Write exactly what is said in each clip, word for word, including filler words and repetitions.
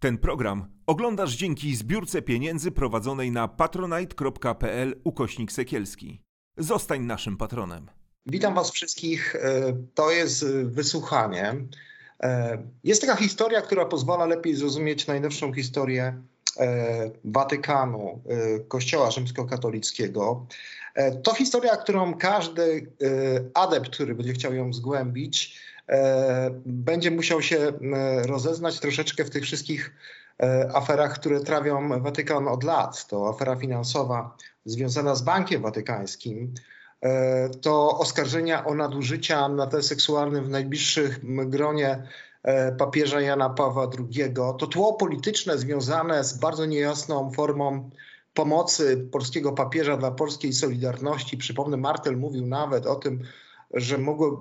Ten program oglądasz dzięki zbiórce pieniędzy prowadzonej na patronite.pl ukośnik Sekielski. Zostań naszym patronem. Witam Was wszystkich. To jest wysłuchanie. Jest taka historia, która pozwala lepiej zrozumieć najnowszą historię Watykanu, Kościoła rzymskokatolickiego. To historia, którą każdy adept, który będzie chciał ją zgłębić, będzie musiał się rozeznać troszeczkę w tych wszystkich aferach, które trawią Watykan od lat. To afera finansowa związana z Bankiem Watykańskim, to oskarżenia o nadużycia na tle seksualnym w najbliższym gronie papieża Jana Pawła drugiego, to tło polityczne związane z bardzo niejasną formą pomocy polskiego papieża dla polskiej Solidarności. Przypomnę, Martel mówił nawet o tym, że mogło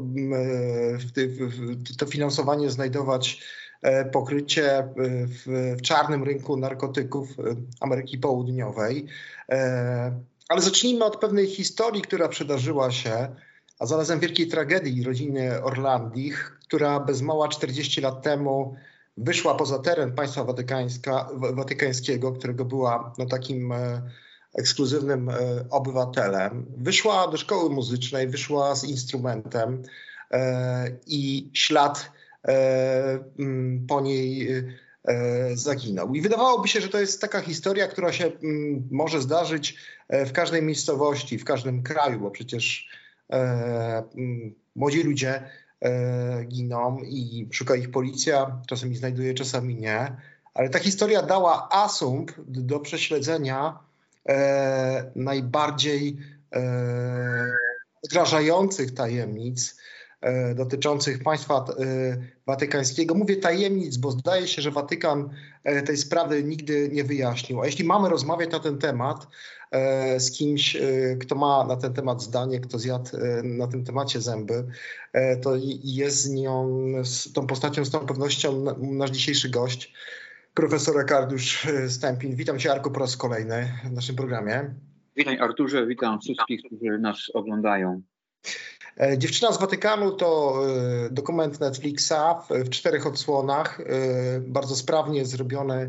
to finansowanie znajdować pokrycie w czarnym rynku narkotyków Ameryki Południowej. Ale zacznijmy od pewnej historii, która przydarzyła się, a zarazem wielkiej tragedii rodziny Orlandich, która bez mała czterdzieści lat temu wyszła poza teren państwa watykańska, watykańskiego, którego była no, takim e, ekskluzywnym e, obywatelem. Wyszła do szkoły muzycznej, wyszła z instrumentem e, i ślad e, m, po niej e, zaginął. I wydawałoby się, że to jest taka historia, która się m, może zdarzyć w każdej miejscowości, w każdym kraju, bo przecież e, m, młodzi ludzie e, giną i szuka ich policja, czasem ich znajduje, czasami nie. Ale ta historia dała asumpt do prześledzenia e, najbardziej e, odrażających tajemnic e, dotyczących państwa e, watykańskiego. Mówię tajemnic, bo zdaje się, że Watykan e, tej sprawy nigdy nie wyjaśnił. A jeśli mamy rozmawiać na ten temat e, z kimś, e, kto ma na ten temat zdanie, kto zjadł e, na tym temacie zęby, e, to jest z nią, z tą postacią z tą pewnością nasz dzisiejszy gość, profesor Arkadiusz Stępień. Witam Cię, Arku, po raz kolejny w naszym programie. Witaj, Arturze, witam wszystkich, którzy nas oglądają. Dziewczyna z Watykanu to dokument Netflixa w czterech odsłonach, bardzo sprawnie zrobiony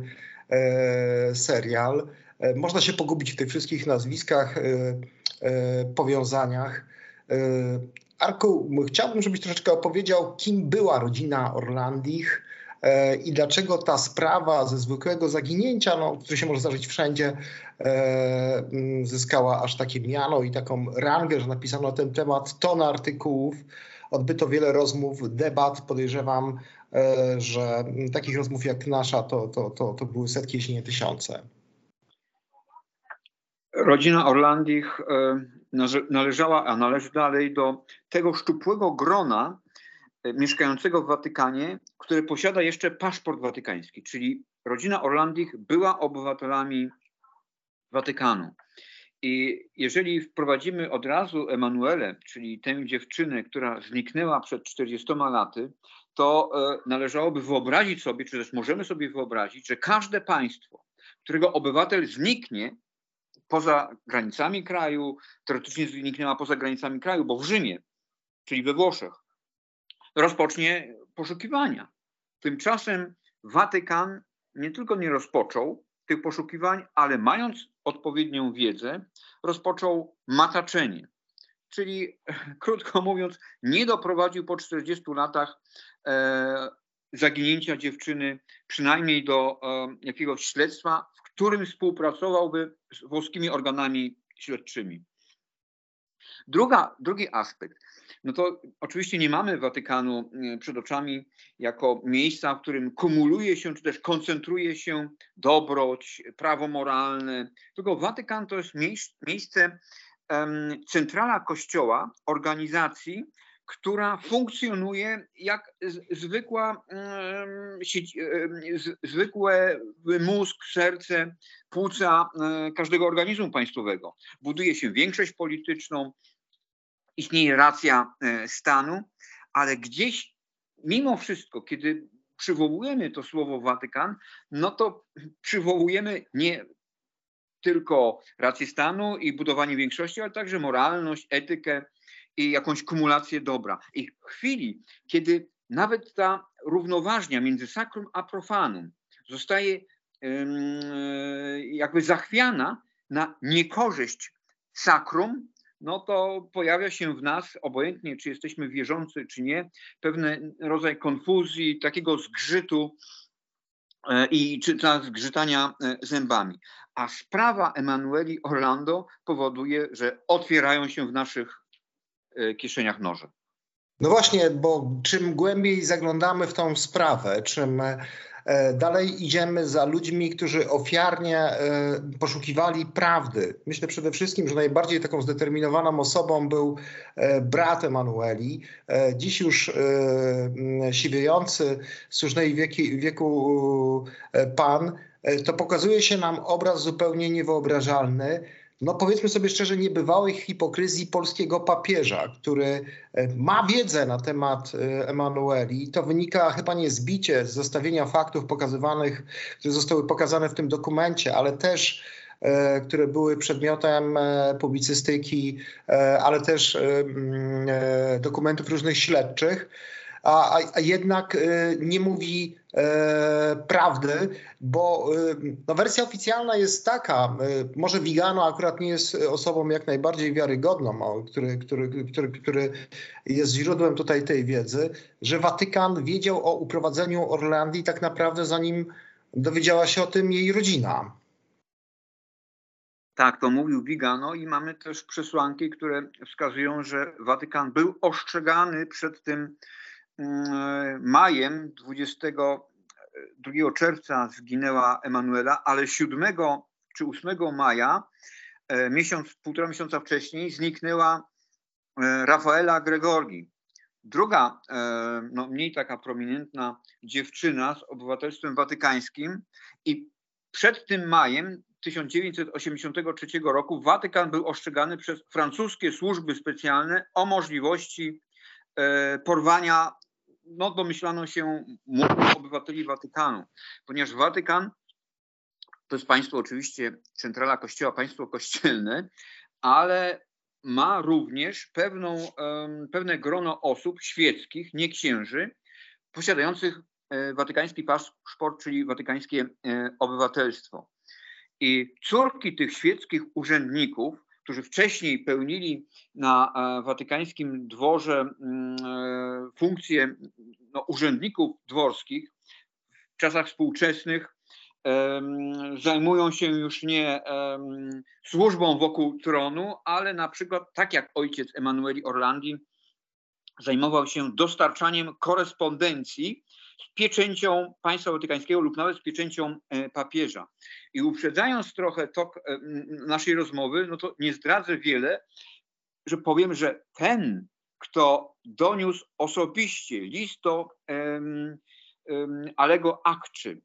serial. Można się pogubić w tych wszystkich nazwiskach, powiązaniach. Arku, chciałbym, żebyś troszeczkę opowiedział, kim była rodzina Orlandich i dlaczego ta sprawa ze zwykłego zaginięcia, no, które się może zdarzyć wszędzie, e, zyskała aż takie miano i taką rangę, że napisano na ten temat tonę artykułów, odbyto wiele rozmów, debat. Podejrzewam, e, że takich rozmów jak nasza to, to, to, to były setki, jeśli nie tysiące. Rodzina Orlandich e, należała, a należy dalej do tego szczupłego grona mieszkającego w Watykanie, które posiada jeszcze paszport watykański, czyli rodzina Orlandich była obywatelami Watykanu. I jeżeli wprowadzimy od razu Emanuelę, czyli tę dziewczynę, która zniknęła przed czterdziestoma laty, to należałoby wyobrazić sobie, czy też możemy sobie wyobrazić, że każde państwo, którego obywatel zniknie poza granicami kraju, teoretycznie zniknęła poza granicami kraju, bo w Rzymie, czyli we Włoszech, rozpocznie poszukiwania. Tymczasem Watykan nie tylko nie rozpoczął tych poszukiwań, ale mając odpowiednią wiedzę, rozpoczął mataczenie. Czyli krótko mówiąc, nie doprowadził po czterdziestu latach e, zaginięcia dziewczyny przynajmniej do e, jakiegoś śledztwa, w którym współpracowałby z włoskimi organami śledczymi. Druga, drugi aspekt. No to oczywiście nie mamy Watykanu przed oczami jako miejsca, w którym kumuluje się, czy też koncentruje się dobroć, prawo moralne. Tylko Watykan to jest miejsce, um, centrala Kościoła, organizacji, która funkcjonuje jak zwykła, um, sieć, um, z, zwykłe mózg, serce, płuca um, każdego organizmu państwowego. Buduje się większość polityczną, istnieje racja stanu, ale gdzieś mimo wszystko, kiedy przywołujemy to słowo Watykan, no to przywołujemy nie tylko rację stanu i budowanie większości, ale także moralność, etykę i jakąś kumulację dobra. I w chwili, kiedy nawet ta równoważnia między sacrum a profanum zostaje jakby zachwiana na niekorzyść sakrum, no to pojawia się w nas, obojętnie czy jesteśmy wierzący, czy nie, pewien rodzaj konfuzji, takiego zgrzytu i czy zgrzytania zębami. A sprawa Emanueli Orlando powoduje, że otwierają się w naszych kieszeniach noże. No właśnie, bo czym głębiej zaglądamy w tą sprawę, czym dalej idziemy za ludźmi, którzy ofiarnie poszukiwali prawdy. Myślę przede wszystkim, że najbardziej taką zdeterminowaną osobą był brat Emanueli, dziś już siwiejący, słusznej wieki, wieku pan. To pokazuje się nam obraz zupełnie niewyobrażalny. No powiedzmy sobie szczerze, niebywałej hipokryzji polskiego papieża, który ma wiedzę na temat Emanueli. To wynika chyba nie zbicie z zestawienia faktów pokazywanych, które zostały pokazane w tym dokumencie, ale też które były przedmiotem publicystyki, ale też dokumentów różnych śledczych. A, a jednak y, nie mówi y, prawdy, bo y, no, wersja oficjalna jest taka, y, może Vigano akurat nie jest osobą jak najbardziej wiarygodną, który, który, który, który jest źródłem tutaj tej wiedzy, że Watykan wiedział o uprowadzeniu Orlandii tak naprawdę zanim dowiedziała się o tym jej rodzina. Tak, to mówił Vigano i mamy też przesłanki, które wskazują, że Watykan był ostrzegany przed tym majem, dwudziestego drugiego czerwca zginęła Emanuela, ale siódmego czy ósmego maja, miesiąc, półtora miesiąca wcześniej, zniknęła Rafaela Gregorgi. Druga, no mniej taka prominentna dziewczyna z obywatelstwem watykańskim i przed tym majem tysiąc dziewięćset osiemdziesiątego trzeciego roku Watykan był ostrzegany przez francuskie służby specjalne o możliwości porwania, no domyślano się, młodych obywateli Watykanu, ponieważ Watykan to jest państwo oczywiście, centrala Kościoła, państwo kościelne, ale ma również pewną, pewne grono osób świeckich, nie księży, posiadających watykański paszport, czyli watykańskie obywatelstwo. I córki tych świeckich urzędników, którzy wcześniej pełnili na watykańskim dworze funkcje no, urzędników dworskich, w czasach współczesnych zajmują się już nie służbą wokół tronu, ale na przykład, tak jak ojciec Emanueli Orlandi, zajmował się dostarczaniem korespondencji z pieczęcią państwa watykańskiego lub nawet z pieczęcią papieża. I uprzedzając trochę tok naszej rozmowy, no to nie zdradzę wiele, że powiem, że ten, kto doniósł osobiście list do um, um, Alego Acci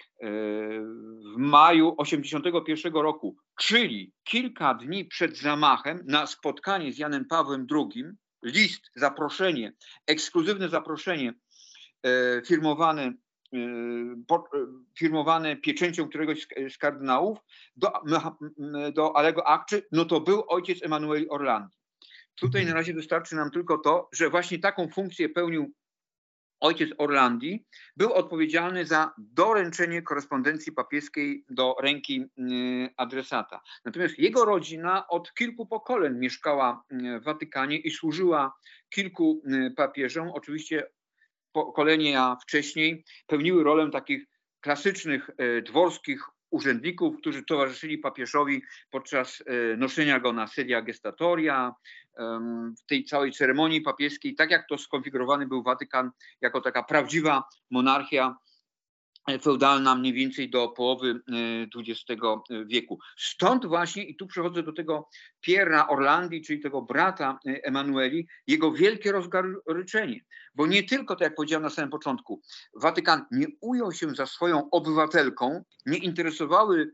w maju osiemdziesiątego pierwszego roku, czyli kilka dni przed zamachem na spotkanie z Janem Pawłem drugim, list, zaproszenie, ekskluzywne zaproszenie e, firmowane, e, po, e, firmowane pieczęcią któregoś z, z kardynałów do, do Alego Acci, no to był ojciec Emanueli Orlandi. Tutaj na razie wystarczy nam tylko to, że właśnie taką funkcję pełnił ojciec Orlandi, był odpowiedzialny za doręczenie korespondencji papieskiej do ręki adresata. Natomiast jego rodzina od kilku pokoleń mieszkała w Watykanie i służyła kilku papieżom. Oczywiście pokolenia wcześniej pełniły rolę takich klasycznych dworskich urzędników, którzy towarzyszyli papieżowi podczas noszenia go na sedia gestatoria, w tej całej ceremonii papieskiej, tak jak to skonfigurowany był Watykan jako taka prawdziwa monarchia feudalna mniej więcej do połowy dwudziestego wieku. Stąd właśnie, i tu przechodzę do tego Pierra Orlandi, czyli tego brata Emanueli, jego wielkie rozgoryczenie. Bo nie tylko, tak jak powiedziałem na samym początku, Watykan nie ujął się za swoją obywatelką, nie interesowały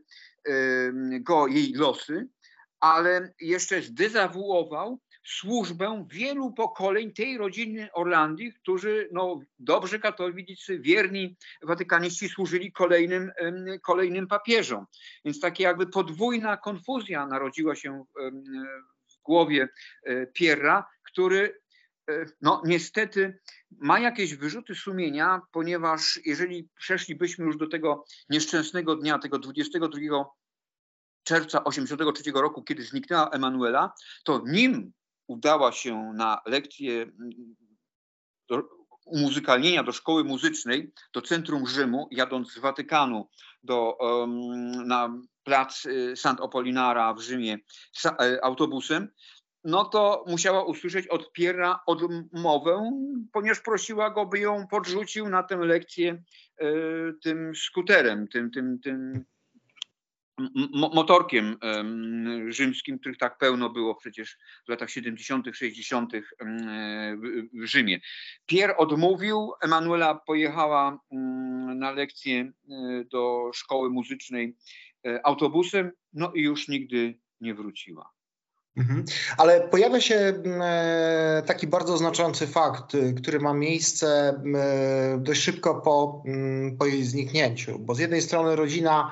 go jej losy, ale jeszcze zdezawuował służbę wielu pokoleń tej rodziny Orlandii, którzy no, dobrzy katolicy, wierni watykaniści służyli kolejnym, kolejnym papieżom. Więc taka jakby podwójna konfuzja narodziła się w głowie Pierra, który no niestety ma jakieś wyrzuty sumienia, ponieważ jeżeli przeszlibyśmy już do tego nieszczęsnego dnia, tego dwudziestego drugiego czerwca osiemdziesiątego trzeciego roku, kiedy zniknęła Emanuela, to nim udała się na lekcję do umuzykalnienia do szkoły muzycznej, do centrum Rzymu, jadąc z Watykanu do, um, na plac Sant'Apollinara w Rzymie autobusem, no to musiała usłyszeć od Pierra odmowę, ponieważ prosiła go, by ją podrzucił na tę lekcję y, tym skuterem, tym, tym, tym motorkiem rzymskim, których tak pełno było przecież w latach siedemdziesiątych, sześćdziesiątych w Rzymie. Pierre odmówił, Emanuela pojechała na lekcję do szkoły muzycznej autobusem, no i już nigdy nie wróciła. Mhm. Ale pojawia się taki bardzo znaczący fakt, który ma miejsce dość szybko po, po jej zniknięciu, bo z jednej strony rodzina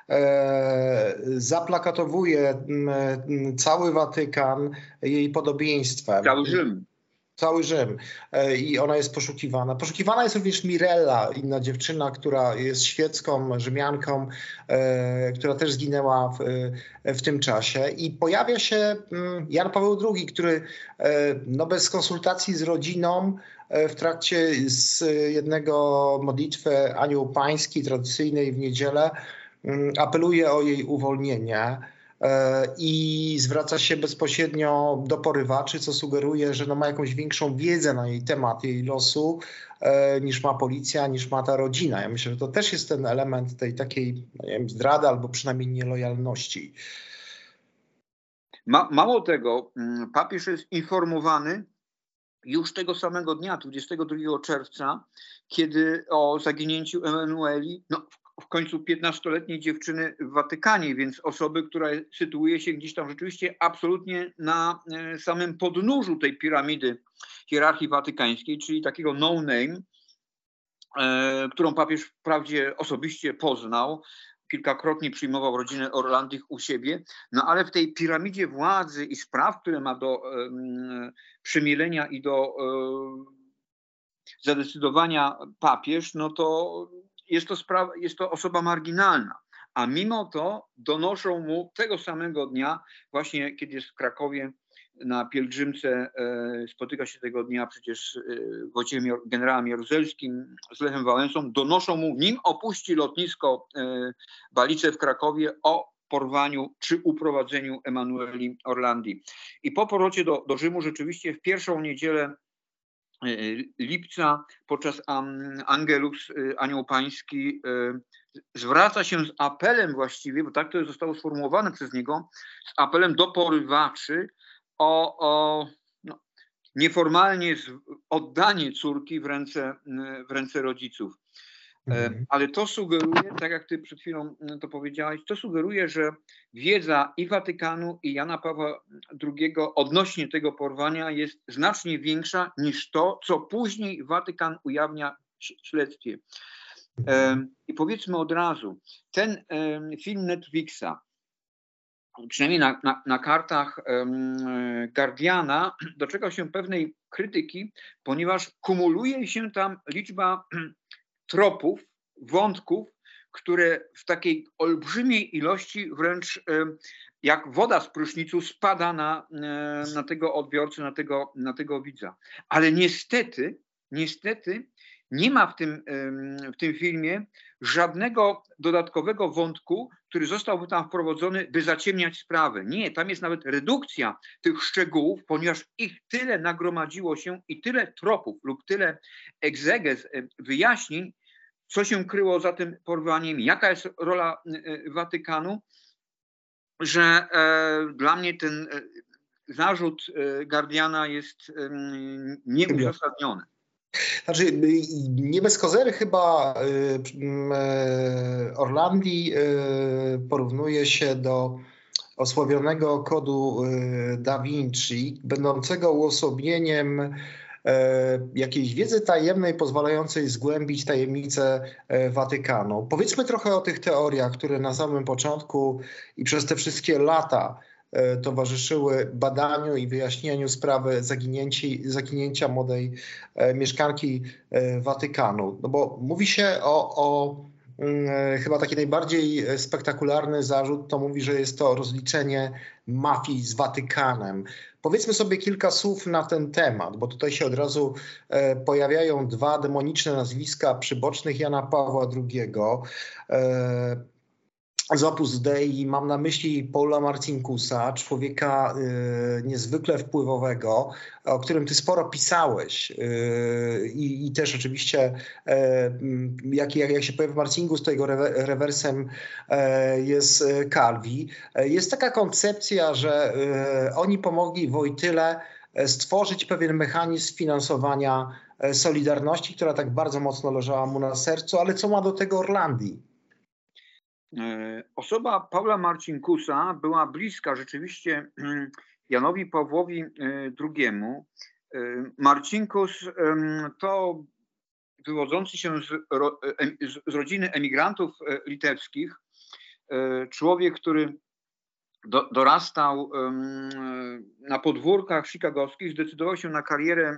zaplakatowuje cały Watykan jej podobieństwem. Cały Rzym. Cały Rzym. I ona jest poszukiwana. Poszukiwana jest również Mirella, inna dziewczyna, która jest świecką Rzymianką, która też zginęła w, w tym czasie. I pojawia się Jan Paweł drugi, który no bez konsultacji z rodziną w trakcie z jednego modlitwy Anioł Pański tradycyjnej w niedzielę apeluje o jej uwolnienie i zwraca się bezpośrednio do porywaczy, co sugeruje, że no ma jakąś większą wiedzę na jej temat, jej losu, niż ma policja, niż ma ta rodzina. Ja myślę, że to też jest ten element tej takiej, nie wiem, zdrady albo przynajmniej nielojalności. Ma, mało tego, papież jest informowany już tego samego dnia, dwudziestego drugiego czerwca, kiedy o zaginięciu Emanueli, no w końcu piętnastoletniej dziewczyny w Watykanie, więc osoby, która sytuuje się gdzieś tam rzeczywiście absolutnie na samym podnóżu tej piramidy hierarchii watykańskiej, czyli takiego no name, którą papież wprawdzie osobiście poznał, kilkakrotnie przyjmował rodzinę Orlandich u siebie, no ale w tej piramidzie władzy i spraw, które ma do um, przemielenia i do um, zadecydowania papież, no to jest to, sprawa, jest to osoba marginalna. A mimo to donoszą mu tego samego dnia, właśnie kiedy jest w Krakowie na pielgrzymce, e, spotyka się tego dnia przecież e, Wojciechem generałem Jaruzelskim z Lechem Wałęsą, donoszą mu, nim opuści lotnisko e, Balice w Krakowie, o porwaniu czy uprowadzeniu Emanueli Orlandi. I po powrocie do, do Rzymu rzeczywiście w pierwszą niedzielę lipca podczas Angelus, Anioł Pański, zwraca się z apelem właściwie, bo tak to zostało sformułowane przez niego, z apelem do porywaczy o, o no, nieformalnie oddanie córki w ręce, w ręce rodziców. Mhm. Ale to sugeruje, tak jak ty przed chwilą to powiedziałeś, to sugeruje, że wiedza i Watykanu, i Jana Pawła drugiego odnośnie tego porwania jest znacznie większa niż to, co później Watykan ujawnia w śledztwie. Mhm. I powiedzmy od razu, ten film Netflixa, przynajmniej na, na, na kartach Guardiana, doczekał się pewnej krytyki, ponieważ kumuluje się tam liczba tropów, wątków, które w takiej olbrzymiej ilości wręcz jak woda z prysznicu spada na, na tego odbiorcę, na tego, na tego widza. Ale niestety, niestety nie ma w tym, w tym filmie żadnego dodatkowego wątku, który zostałby tam wprowadzony, by zaciemniać sprawę. Nie, tam jest nawet redukcja tych szczegółów, ponieważ ich tyle nagromadziło się i tyle tropów lub tyle egzegez, wyjaśnień, co się kryło za tym porwaniem, jaka jest rola Watykanu, że e, dla mnie ten e, zarzut e, Guardiana jest e, nieuzasadniony. Znaczy, nie bez kozery chyba Orlandi porównuje się do osławionego kodu Da Vinci, będącego uosobieniem jakiejś wiedzy tajemnej pozwalającej zgłębić tajemnice Watykanu. Powiedzmy trochę o tych teoriach, które na samym początku i przez te wszystkie lata towarzyszyły badaniu i wyjaśnieniu sprawy zaginięcia młodej mieszkanki Watykanu. No bo mówi się o, o chyba taki najbardziej spektakularny zarzut, to mówi, że jest to rozliczenie mafii z Watykanem. Powiedzmy sobie kilka słów na ten temat, bo tutaj się od razu pojawiają dwa demoniczne nazwiska przybocznych Jana Pawła drugiego. Z Opus Dei mam na myśli Paula Marcinkusa, człowieka y, niezwykle wpływowego, o którym ty sporo pisałeś. Y, i też oczywiście y, jak, jak, jak się pojawia Marcinkus, to jego rewe, rewersem y, jest Calvi. Y, jest taka koncepcja, że y, oni pomogli Wojtyle stworzyć pewien mechanizm finansowania Solidarności, która tak bardzo mocno leżała mu na sercu, ale co ma do tego Orlandi? Osoba Paula Marcinkusa była bliska rzeczywiście Janowi Pawłowi drugiemu. Marcinkus to wywodzący się z, z rodziny emigrantów litewskich, człowiek, który do, dorastał na podwórkach chicagowskich, zdecydował się na karierę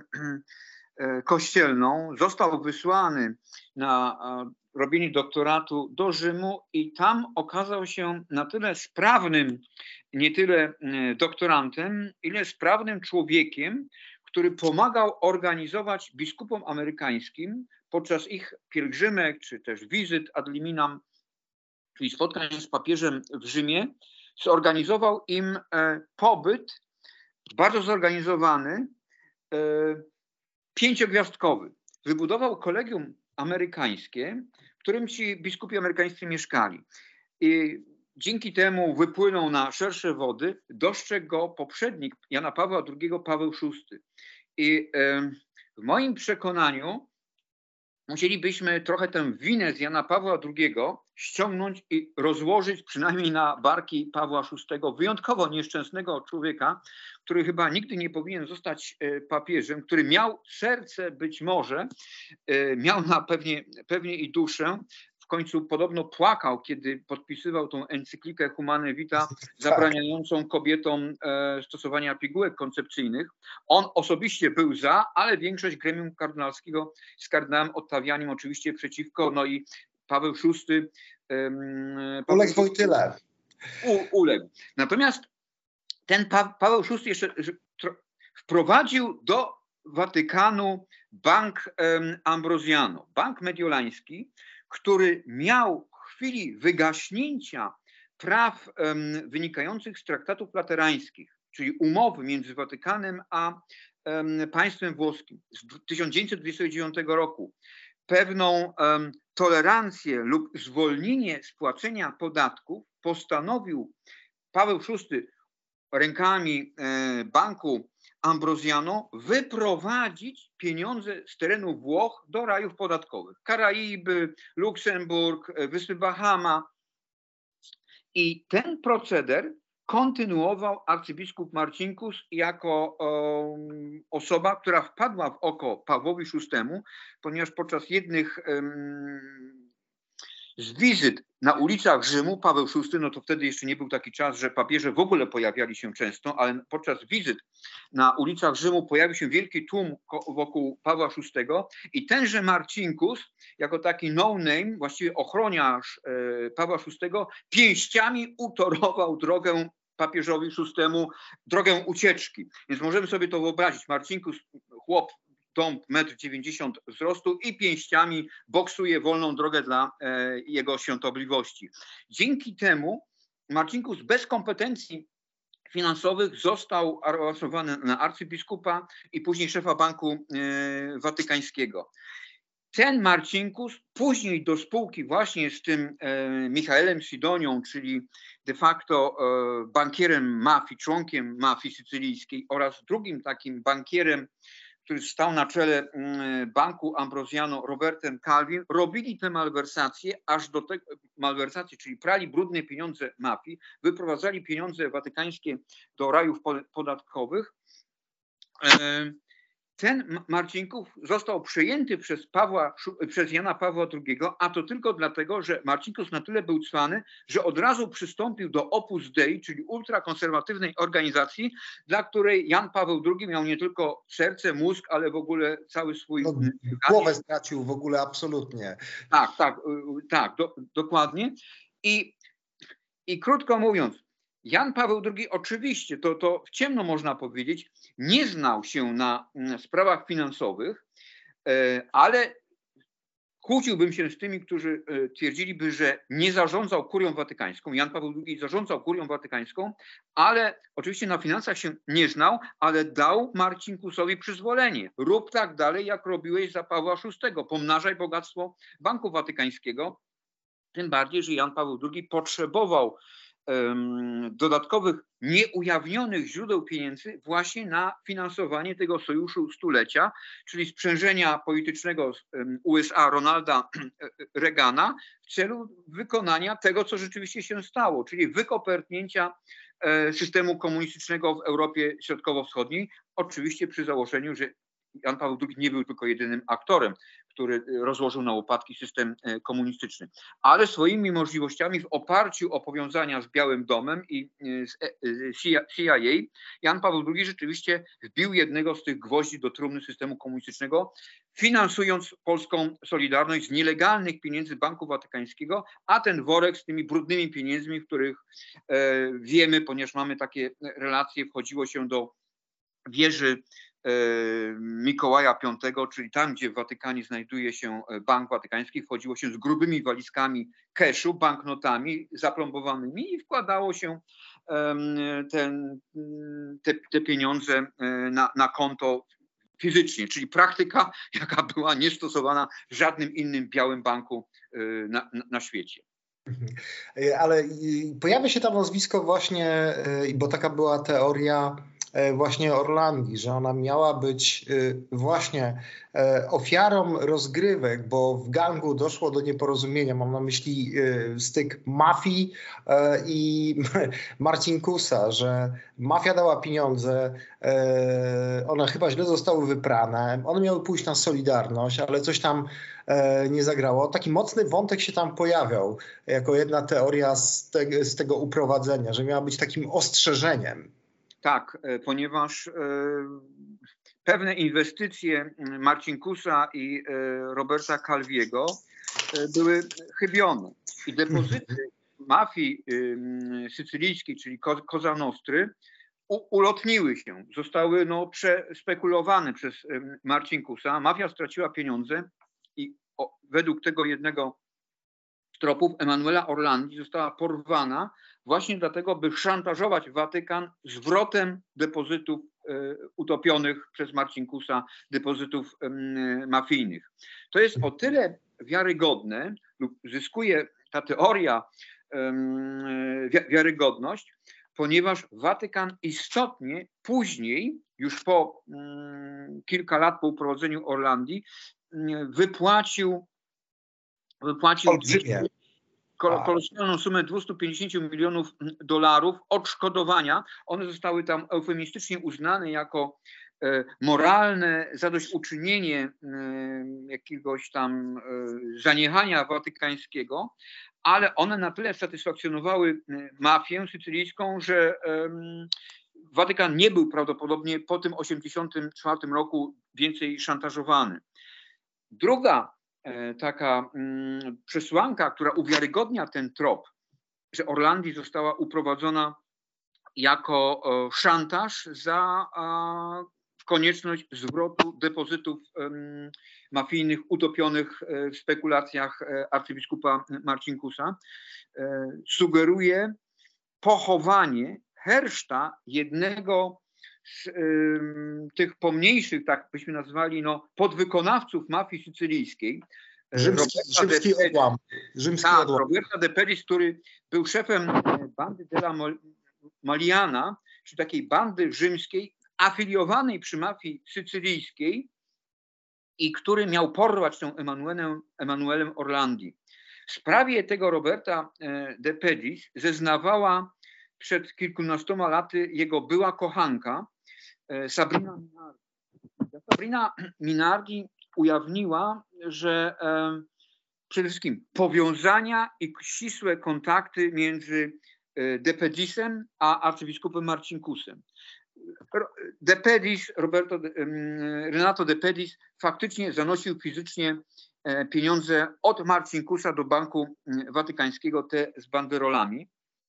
kościelną, został wysłany na robienie doktoratu do Rzymu i tam okazał się na tyle sprawnym, nie tyle doktorantem, ile sprawnym człowiekiem, który pomagał organizować biskupom amerykańskim podczas ich pielgrzymek, czy też wizyt ad liminam, czyli spotkań z papieżem w Rzymie, zorganizował im pobyt bardzo zorganizowany, pięciogwiazdkowy. Wybudował kolegium amerykańskie, w którym ci biskupi amerykańscy mieszkali. I dzięki temu wypłynął na szersze wody, dostrzegł go poprzednik Jana Pawła drugiego, Paweł szósty. I w moim przekonaniu musielibyśmy trochę tę winę z Jana Pawła drugiego ściągnąć i rozłożyć przynajmniej na barki Pawła szóstego, wyjątkowo nieszczęsnego człowieka, który chyba nigdy nie powinien zostać papieżem, który miał serce być może, miał na pewnie, pewnie i duszę. W końcu podobno płakał, kiedy podpisywał tą encyklikę Humane Vitae zabraniającą kobietom stosowania pigułek koncepcyjnych. On osobiście był za, ale większość gremium kardynalskiego z kardynałem Ottawianim oczywiście przeciwko, no i Paweł szósty um, uległ Wojtyle. Uległ. Natomiast ten pa Paweł szósty jeszcze wprowadził do Watykanu bank um, Ambrosiano, bank mediolański, który miał w chwili wygaśnięcia praw um, wynikających z traktatów laterańskich, czyli umowy między Watykanem a um, państwem włoskim z tysiąc dziewięćset dwudziestego dziewiątego roku, pewną um, tolerancję lub zwolnienie z płacenia podatków, postanowił Paweł szósty rękami e, banku Ambrosiano wyprowadzić pieniądze z terenu Włoch do rajów podatkowych. Karaiby, Luksemburg, Wyspy Bahama. I ten proceder kontynuował arcybiskup Marcinkus jako um, osoba, która wpadła w oko Pawłowi szóstemu, ponieważ podczas jednych um, z wizyt na ulicach Rzymu Paweł szósty, no to wtedy jeszcze nie był taki czas, że papieże w ogóle pojawiali się często, ale podczas wizyt na ulicach Rzymu pojawił się wielki tłum wokół Pawła szóstego i tenże Marcinkus, jako taki no-name, właściwie ochroniarz e, Pawła szóstego, pięściami utorował drogę papieżowi szóstemu, drogę ucieczki. Więc możemy sobie to wyobrazić. Marcinkus, chłop, dąb, metr dziewięćdziesiąt wzrostu i pięściami boksuje wolną drogę dla e, jego świątobliwości. Dzięki temu Marcinkus bez kompetencji finansowych został awansowany na arcybiskupa i później szefa Banku e, Watykańskiego. Ten Marcinkus później do spółki właśnie z tym e, Michaelem Sidonią, czyli de facto e, bankierem mafii, członkiem mafii sycylijskiej oraz drugim takim bankierem, który stał na czele banku Ambrosiano, Robertem Calvin, robili te malwersacje, aż do tego, malwersacje, czyli prali brudne pieniądze mafii, wyprowadzali pieniądze watykańskie do rajów podatkowych. ten Marcinków został przejęty przez, Pawła, przez Jana Pawła drugiego, a to tylko dlatego, że Marcinków na tyle był cwany, że od razu przystąpił do Opus Dei, czyli ultrakonserwatywnej organizacji, dla której Jan Paweł drugi miał nie tylko serce, mózg, ale w ogóle cały swój... No, głowę stracił w ogóle absolutnie. Tak, tak, tak, do, dokładnie. I, I krótko mówiąc, Jan Paweł drugi oczywiście, to, to w ciemno można powiedzieć, nie znał się na sprawach finansowych, ale kłóciłbym się z tymi, którzy twierdziliby, że nie zarządzał kurią watykańską. Jan Paweł drugi zarządzał kurią watykańską, ale oczywiście na finansach się nie znał, ale dał Marcinkusowi przyzwolenie. Rób tak dalej, jak robiłeś za Pawła szóstego. Pomnażaj bogactwo Banku Watykańskiego. Tym bardziej, że Jan Paweł drugi potrzebował dodatkowych, nieujawnionych źródeł pieniędzy właśnie na finansowanie tego sojuszu stulecia, czyli sprzężenia politycznego z U S A Ronalda Reagana w celu wykonania tego, co rzeczywiście się stało, czyli wykopertnięcia systemu komunistycznego w Europie Środkowo-Wschodniej, oczywiście przy założeniu, że Jan Paweł drugi nie był tylko jedynym aktorem, który rozłożył na łopatki system komunistyczny. Ale swoimi możliwościami w oparciu o powiązania z Białym Domem i z C I A Jan Paweł drugi rzeczywiście wbił jednego z tych gwoździ do trumny systemu komunistycznego, finansując polską Solidarność z nielegalnych pieniędzy Banku Watykańskiego, a ten worek z tymi brudnymi pieniędzmi, w których e, wiemy, ponieważ mamy takie relacje, wchodziło się do wieży Mikołaja piątego, czyli tam, gdzie w Watykanie znajduje się Bank Watykański, wchodziło się z grubymi walizkami cashu, banknotami zaplombowanymi i wkładało się ten, te, te pieniądze na, na konto fizycznie, czyli praktyka, jaka była niestosowana w żadnym innym białym banku na, na, na świecie. Ale pojawia się tam nazwisko właśnie, bo taka była teoria właśnie Orlandii, że ona miała być właśnie ofiarą rozgrywek, bo w gangu doszło do nieporozumienia. Mam na myśli styk mafii i Marcinkusa, że mafia dała pieniądze, one chyba źle zostały wyprane, one miały pójść na Solidarność, ale coś tam nie zagrało. Taki mocny wątek się tam pojawiał jako jedna teoria z, te, z tego uprowadzenia, że miała być takim ostrzeżeniem. Tak, ponieważ pewne inwestycje Marcinkusa i Roberta Calviego były chybione. I depozyty mafii sycylijskiej, czyli Cosa Nostry, ulotniły się, zostały no, przespekulowane przez Marcinkusa. Mafia straciła pieniądze i o, według tego jednego z tropów Emanuela Orlandii została porwana właśnie dlatego, by szantażować Watykan zwrotem depozytów e, utopionych przez Marcinkusa, depozytów e, mafijnych. To jest o tyle wiarygodne, lub zyskuje ta teoria e, wiarygodność, ponieważ Watykan istotnie później, już po e, kilka lat po uprowadzeniu Orlandii, e, wypłacił, wypłacił kolosalną sumę dwieście pięćdziesiąt milionów dolarów odszkodowania. One zostały tam eufemistycznie uznane jako moralne zadośćuczynienie jakiegoś tam zaniechania watykańskiego, ale one na tyle satysfakcjonowały mafię sycylijską, że Watykan nie był prawdopodobnie po tym osiemdziesiątym czwartym roku więcej szantażowany. Druga taka mm, przesłanka, która uwiarygodnia ten trop, że Orlandii została uprowadzona jako o, szantaż za a, konieczność zwrotu depozytów um, mafijnych utopionych e, w spekulacjach e, arcybiskupa Marcinkusa, e, sugeruje pochowanie herszta jednego z y, tych pomniejszych, tak byśmy nazwali, no, podwykonawców mafii sycylijskiej. Rzymski, rzymski odłam. Rzymski tak, odłam. Roberta De Pedis, który był szefem bandy della Maliana, czyli takiej bandy rzymskiej, afiliowanej przy mafii sycylijskiej i który miał porwać tą Emanuelem, Emanuelem Orlandii. W sprawie tego Roberta De Pedis zeznawała przed kilkunastoma laty jego była kochanka Sabrina Minardi. Sabrina Minardi ujawniła, że e, przede wszystkim powiązania i ścisłe kontakty między De Pedisem a arcybiskupem Marcinkusem. De Pedis, Roberto, Renato De Pedis faktycznie zanosił fizycznie pieniądze od Marcinkusa do Banku Watykańskiego, te z banderolami.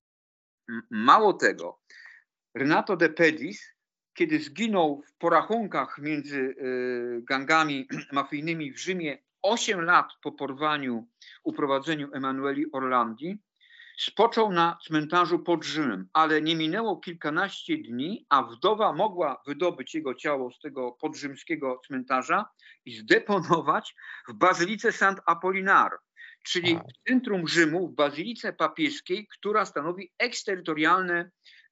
Mało tego, Renato De Pedis, kiedy zginął w porachunkach między gangami mafijnymi w Rzymie osiem lat po porwaniu, uprowadzeniu Emanueli Orlandi, spoczął na cmentarzu pod Rzymem, ale nie minęło kilkanaście dni, a wdowa mogła wydobyć jego ciało z tego podrzymskiego cmentarza i zdeponować w Bazylice Sant Apollinar, czyli w centrum Rzymu, w Bazylice Papieskiej, która stanowi eksterytorialne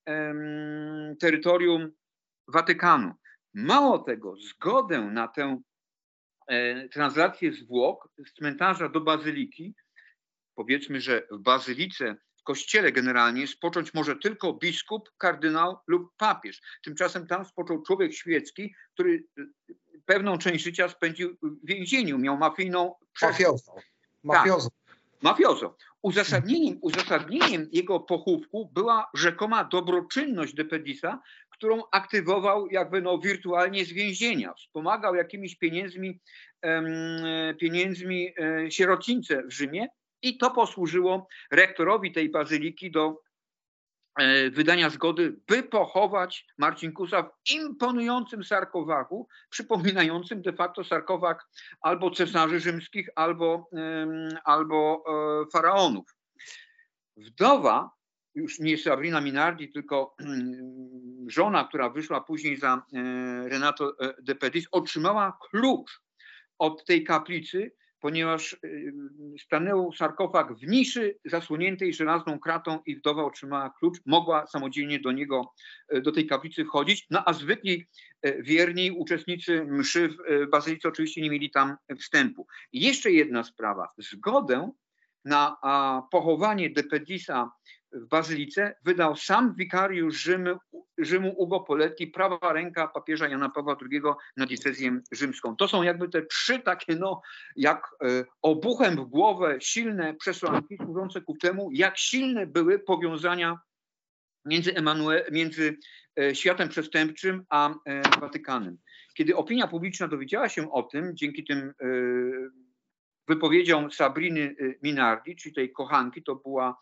um, terytorium Watykanu. Mało tego, zgodę na tę e, translację zwłok z cmentarza do bazyliki, powiedzmy, że w bazylice, w kościele generalnie spocząć może tylko biskup, kardynał lub papież. Tymczasem tam spoczął człowiek świecki, który pewną część życia spędził w więzieniu, miał mafijną przeszłość. Mafiozo. Mafiozo. Tak, mafiozo. Uzasadnieniem, uzasadnieniem jego pochówku była rzekoma dobroczynność De Pedisa, którą aktywował jakby no wirtualnie z więzienia. Wspomagał jakimiś pieniędzmi, em, pieniędzmi e, sierocińce w Rzymie i to posłużyło rektorowi tej bazyliki do e, wydania zgody, by pochować Marcinkusa w imponującym sarkofagu, przypominającym de facto sarkofag albo cesarzy rzymskich, albo, em, albo e, faraonów. Wdowa, już nie Sabrina Minardi, tylko żona, która wyszła później za Renato De Pedis, otrzymała klucz od tej kaplicy, ponieważ stanął sarkofag w niszy zasłoniętej żelazną kratą i wdowa otrzymała klucz, mogła samodzielnie do niego, do tej kaplicy wchodzić, no a zwykli wierni uczestnicy mszy w bazylice oczywiście nie mieli tam wstępu. I jeszcze jedna sprawa, zgodę na pochowanie De Pedisa w bazylice wydał sam wikariusz Rzymu, Rzymu Ugo Poletti, prawa ręka papieża Jana Pawła drugiego nad diecezję rzymską. To są jakby te trzy takie, no, jak e, obuchem w głowę silne przesłanki służące ku temu, jak silne były powiązania między, Emanuel, między e, światem przestępczym a e, Watykanem. Kiedy opinia publiczna dowiedziała się o tym, dzięki tym e, wypowiedzią Sabriny Minardi, czyli tej kochanki, to, była,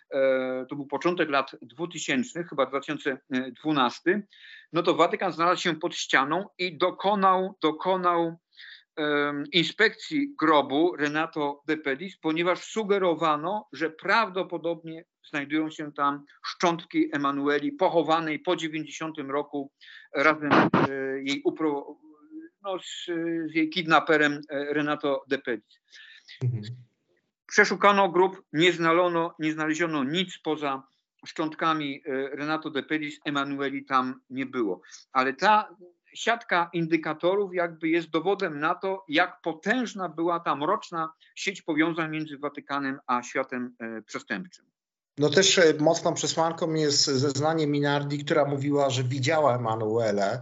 to był początek lat dwutysięcznych, chyba dwa tysiące dwunasty, no to Watykan znalazł się pod ścianą i dokonał, dokonał um, inspekcji grobu Renato De Pedis, ponieważ sugerowano, że prawdopodobnie znajdują się tam szczątki Emanueli pochowanej po dziewięćdziesiątym roku razem z jej upro No, z, z jej kidnaperem Renato De Pedis. Mhm. Przeszukano grób, nie znaleziono, nie znaleziono nic poza szczątkami Renato De Pedis, Emanueli tam nie było. Ale ta siatka indykatorów jakby jest dowodem na to, jak potężna była ta mroczna sieć powiązań między Watykanem a światem przestępczym. No też mocną przesłanką jest zeznanie Minardi, która mówiła, że widziała Emanuelę,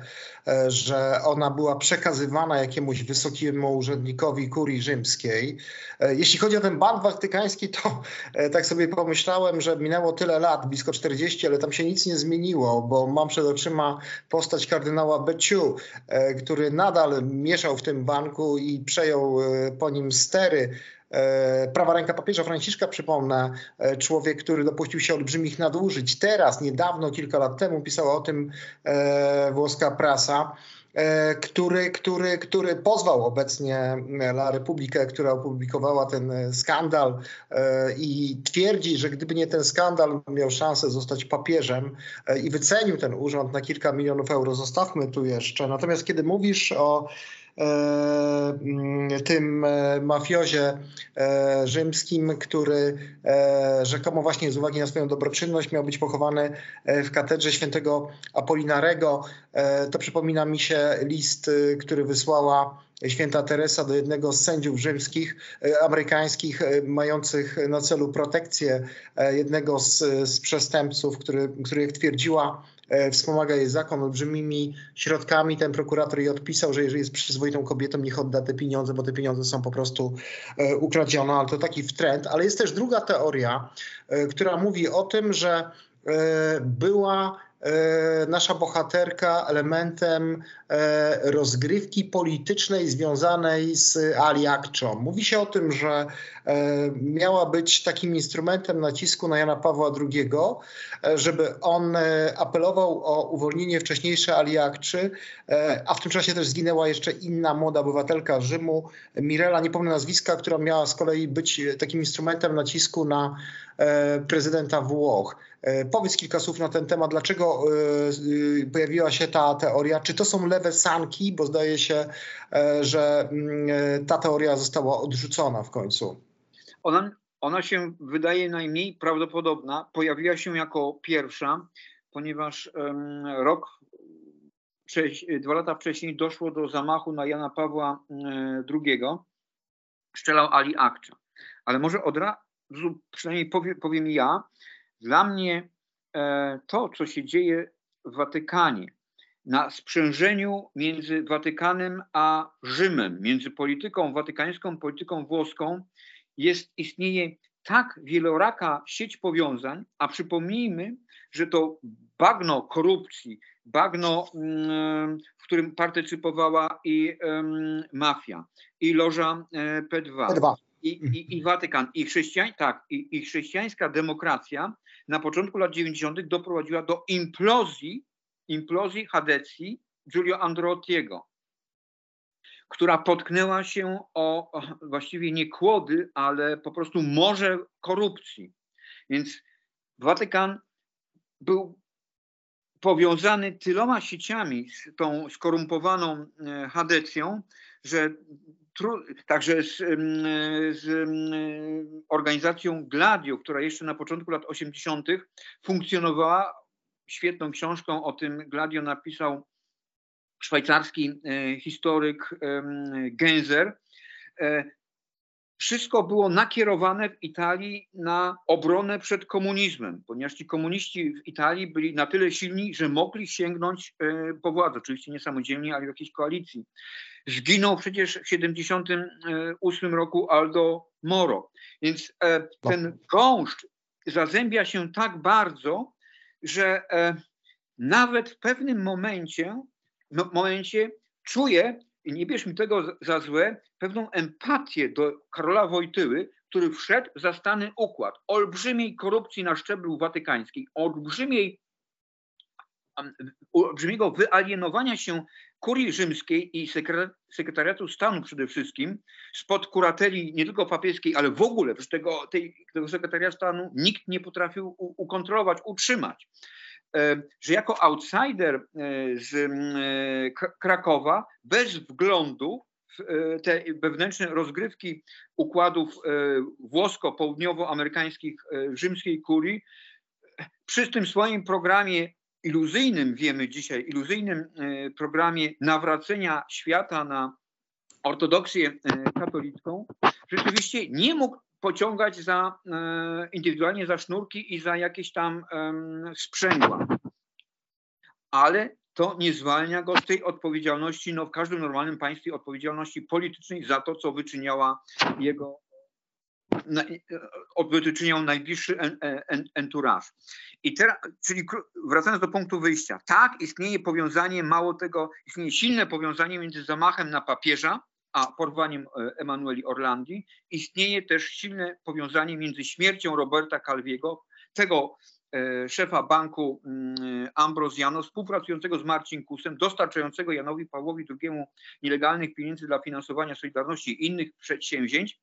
że ona była przekazywana jakiemuś wysokiemu urzędnikowi kurii rzymskiej. Jeśli chodzi o ten bank watykański, to tak sobie pomyślałem, że minęło tyle lat, blisko czterdzieści, ale tam się nic nie zmieniło, bo mam przed oczyma postać kardynała Becciu, który nadal mieszał w tym banku i przejął po nim stery. Prawa ręka papieża Franciszka, przypomnę, człowiek, który dopuścił się olbrzymich nadużyć. Teraz, niedawno, kilka lat temu pisała o tym e, włoska prasa, e, który, który, który pozwał obecnie La Repubblikę, która opublikowała ten skandal e, i twierdzi, że gdyby nie ten skandal, miał szansę zostać papieżem e, i wycenił ten urząd na kilka milionów euro. Zostawmy tu jeszcze. Natomiast kiedy mówisz o tym mafiozie rzymskim, który rzekomo właśnie z uwagi na swoją dobroczynność miał być pochowany w katedrze świętego Apollinarego, to przypomina mi się list, który wysłała święta Teresa do jednego z sędziów rzymskich, amerykańskich, mających na celu protekcję jednego z, z przestępców, który, który, jak twierdziła, wspomaga jej zakon olbrzymimi środkami. Ten prokurator jej odpisał, że jeżeli jest przyzwoitą kobietą, niech odda te pieniądze, bo te pieniądze są po prostu ukradzione, ale to taki trend. Ale jest też druga teoria, która mówi o tym, że była nasza bohaterka elementem rozgrywki politycznej związanej z Ali Akczą. Mówi się o tym, że miała być takim instrumentem nacisku na Jana Pawła drugiego, żeby on apelował o uwolnienie wcześniejszej Ali Akczy, a w tym czasie też zginęła jeszcze inna młoda obywatelka Rzymu, Mirela, nie pomnę nazwiska, która miała z kolei być takim instrumentem nacisku na prezydenta Włoch. Powiedz kilka słów na ten temat, dlaczego pojawiła się ta teoria, czy to są lewe sanki, bo zdaje się, że ta teoria została odrzucona w końcu. Ona, ona się wydaje najmniej prawdopodobna, pojawiła się jako pierwsza, ponieważ um, rok, dwa lata wcześniej doszło do zamachu na Jana Pawła drugiego, strzelał Ali Akcza. Ale może od razu, przynajmniej powiem, powiem ja, dla mnie e, to, co się dzieje w Watykanie, na sprzężeniu między Watykanem a Rzymem, między polityką watykańską, polityką włoską, jest, istnieje tak wieloraka sieć powiązań, a przypomnijmy, że to bagno korupcji, bagno, w którym partycypowała i um, mafia, i loża P dwa, P dwa. I, i, i Watykan, i, chrześcijań, tak, i, i chrześcijańska demokracja na początku lat dziewięćdziesiątych doprowadziła do implozji, implozji chadecji Giulio Andreottiego, która potknęła się o, o właściwie nie kłody, ale po prostu morze korupcji. Więc Watykan był powiązany tyloma sieciami z tą skorumpowaną chadecją, że także z, z organizacją Gladio, która jeszcze na początku lat osiemdziesiątych funkcjonowała. Świetną książką o tym Gladio napisał szwajcarski historyk Genzer. Wszystko było nakierowane w Italii na obronę przed komunizmem, ponieważ ci komuniści w Italii byli na tyle silni, że mogli sięgnąć po władzę. Oczywiście nie samodzielnie, ale w jakiejś koalicji. Zginął przecież w siedemdziesiątym ósmym roku Aldo Moro. Więc ten gąszcz zazębia się tak bardzo, że nawet w pewnym momencie, no, momencie czuję, i nie bierz mi tego za złe, pewną empatię do Karola Wojtyły, który wszedł w zastany układ olbrzymiej korupcji na szczeblu watykańskim, olbrzymiej, olbrzymiego wyalienowania się kurii rzymskiej i sekretariatu stanu przede wszystkim spod kurateli nie tylko papieskiej, ale w ogóle tego, tej, tego sekretariatu stanu nikt nie potrafił ukontrolować, utrzymać. Że jako outsider z Krakowa bez wglądu w te wewnętrzne rozgrywki układów włosko-południowoamerykańskich rzymskiej kurii, przy tym swoim programie iluzyjnym, wiemy dzisiaj, iluzyjnym programie nawracenia świata na ortodoksję katolicką, rzeczywiście nie mógł pociągać za, e, indywidualnie za sznurki i za jakieś tam e, sprzęgła. Ale to nie zwalnia go z tej odpowiedzialności, no w każdym normalnym państwie odpowiedzialności politycznej za to, co wyczyniała jego, na, wyczyniał najbliższy en, en, entourage. I teraz, czyli wracając do punktu wyjścia, tak, istnieje powiązanie, mało tego, istnieje silne powiązanie między zamachem na papieża a porwaniem Emanueli Orlandi. Istnieje też silne powiązanie między śmiercią Roberta Calviego, tego e, szefa banku e, Ambrosiano, współpracującego z Marcinkusem, dostarczającego Janowi Pawłowi drugiemu nielegalnych pieniędzy dla finansowania Solidarności i innych przedsięwzięć,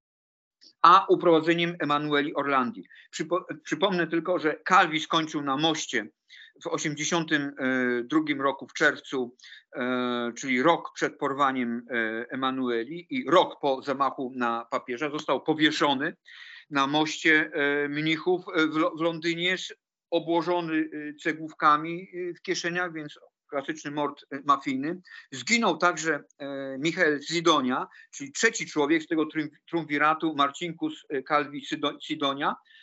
a uprowadzeniem Emanueli Orlandi. Przypo, przypomnę tylko, że Calvi skończył na moście w osiemdziesiątym drugim roku w czerwcu, czyli rok przed porwaniem Emanueli i rok po zamachu na papieża, został powieszony na moście mnichów w Londynie, obłożony cegłówkami w kieszeniach, więc klasyczny mord mafijny. Zginął także Michael Sidonia, czyli trzeci człowiek z tego triumviratu, Marcinkus, Calvi, Sidonia.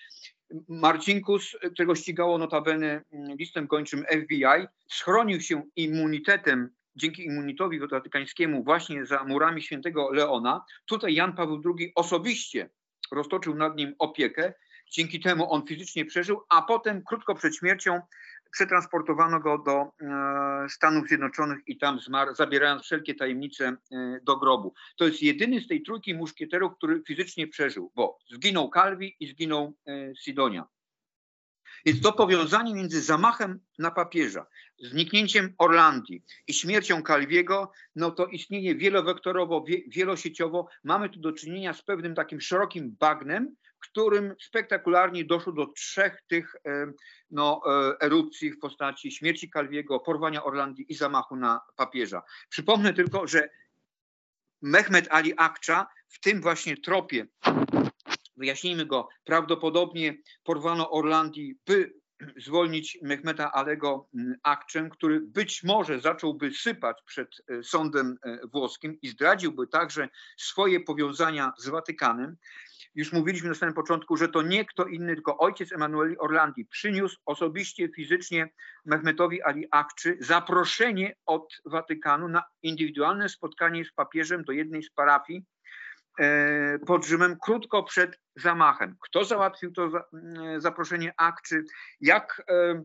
Marcinkus, którego ścigało notabene listem gończym F B I, schronił się immunitetem, dzięki immunitowi watykańskiemu właśnie za murami świętego Leona. Tutaj Jan Paweł drugi osobiście roztoczył nad nim opiekę. Dzięki temu on fizycznie przeżył, a potem krótko przed śmiercią przetransportowano go do e, Stanów Zjednoczonych i tam zmarł, zabierając wszelkie tajemnice e, do grobu. To jest jedyny z tej trójki muszkieterów, który fizycznie przeżył, bo zginął Calvi i zginął e, Sidonia. Więc to powiązanie między zamachem na papieża, zniknięciem Orlandii i śmiercią Calviego, no to istnieje wielowektorowo, wie, wielosieciowo. Mamy tu do czynienia z pewnym takim szerokim bagnem, w którym spektakularnie doszło do trzech tych no, erupcji w postaci śmierci Calviego, porwania Orlandii i zamachu na papieża. Przypomnę tylko, że Mehmet Ali Akça w tym właśnie tropie, wyjaśnijmy go, prawdopodobnie porwano Orlandii, by zwolnić Mehmeta Alego Akczę, który być może zacząłby sypać przed sądem włoskim i zdradziłby także swoje powiązania z Watykanem. Już mówiliśmy na samym początku, że to nie kto inny, tylko ojciec Emanueli Orlandii przyniósł osobiście, fizycznie Mehmetowi Ali Akczy zaproszenie od Watykanu na indywidualne spotkanie z papieżem do jednej z parafii pod Rzymem krótko przed zamachem. Kto załatwił to zaproszenie Akczy? Jak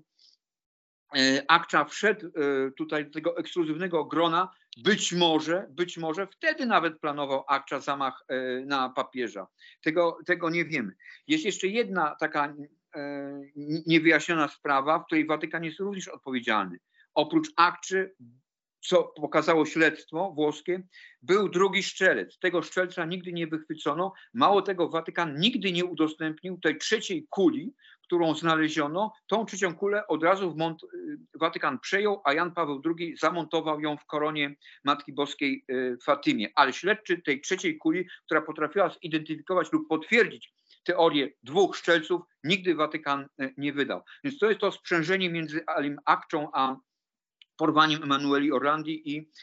Akcza wszedł tutaj do tego ekskluzywnego grona? Być może, być może wtedy nawet planował Akcza zamach na papieża. Tego, tego nie wiemy. Jest jeszcze jedna taka niewyjaśniona sprawa, w której Watykan jest również odpowiedzialny. Oprócz Akczy, co pokazało śledztwo włoskie, był drugi strzelec. Tego strzelca nigdy nie wychwycono. Mało tego, Watykan nigdy nie udostępnił tej trzeciej kuli, którą znaleziono. Tą trzecią kulę od razu w Mont Watykan przejął, a Jan Paweł drugi zamontował ją w koronie Matki Boskiej w Fatymie. Ale śledczy tej trzeciej kuli, która potrafiła zidentyfikować lub potwierdzić teorię dwóch strzelców, nigdy Watykan nie wydał. Więc to jest to sprzężenie między Alim Akczą a porwaniem Emanueli Orlandii i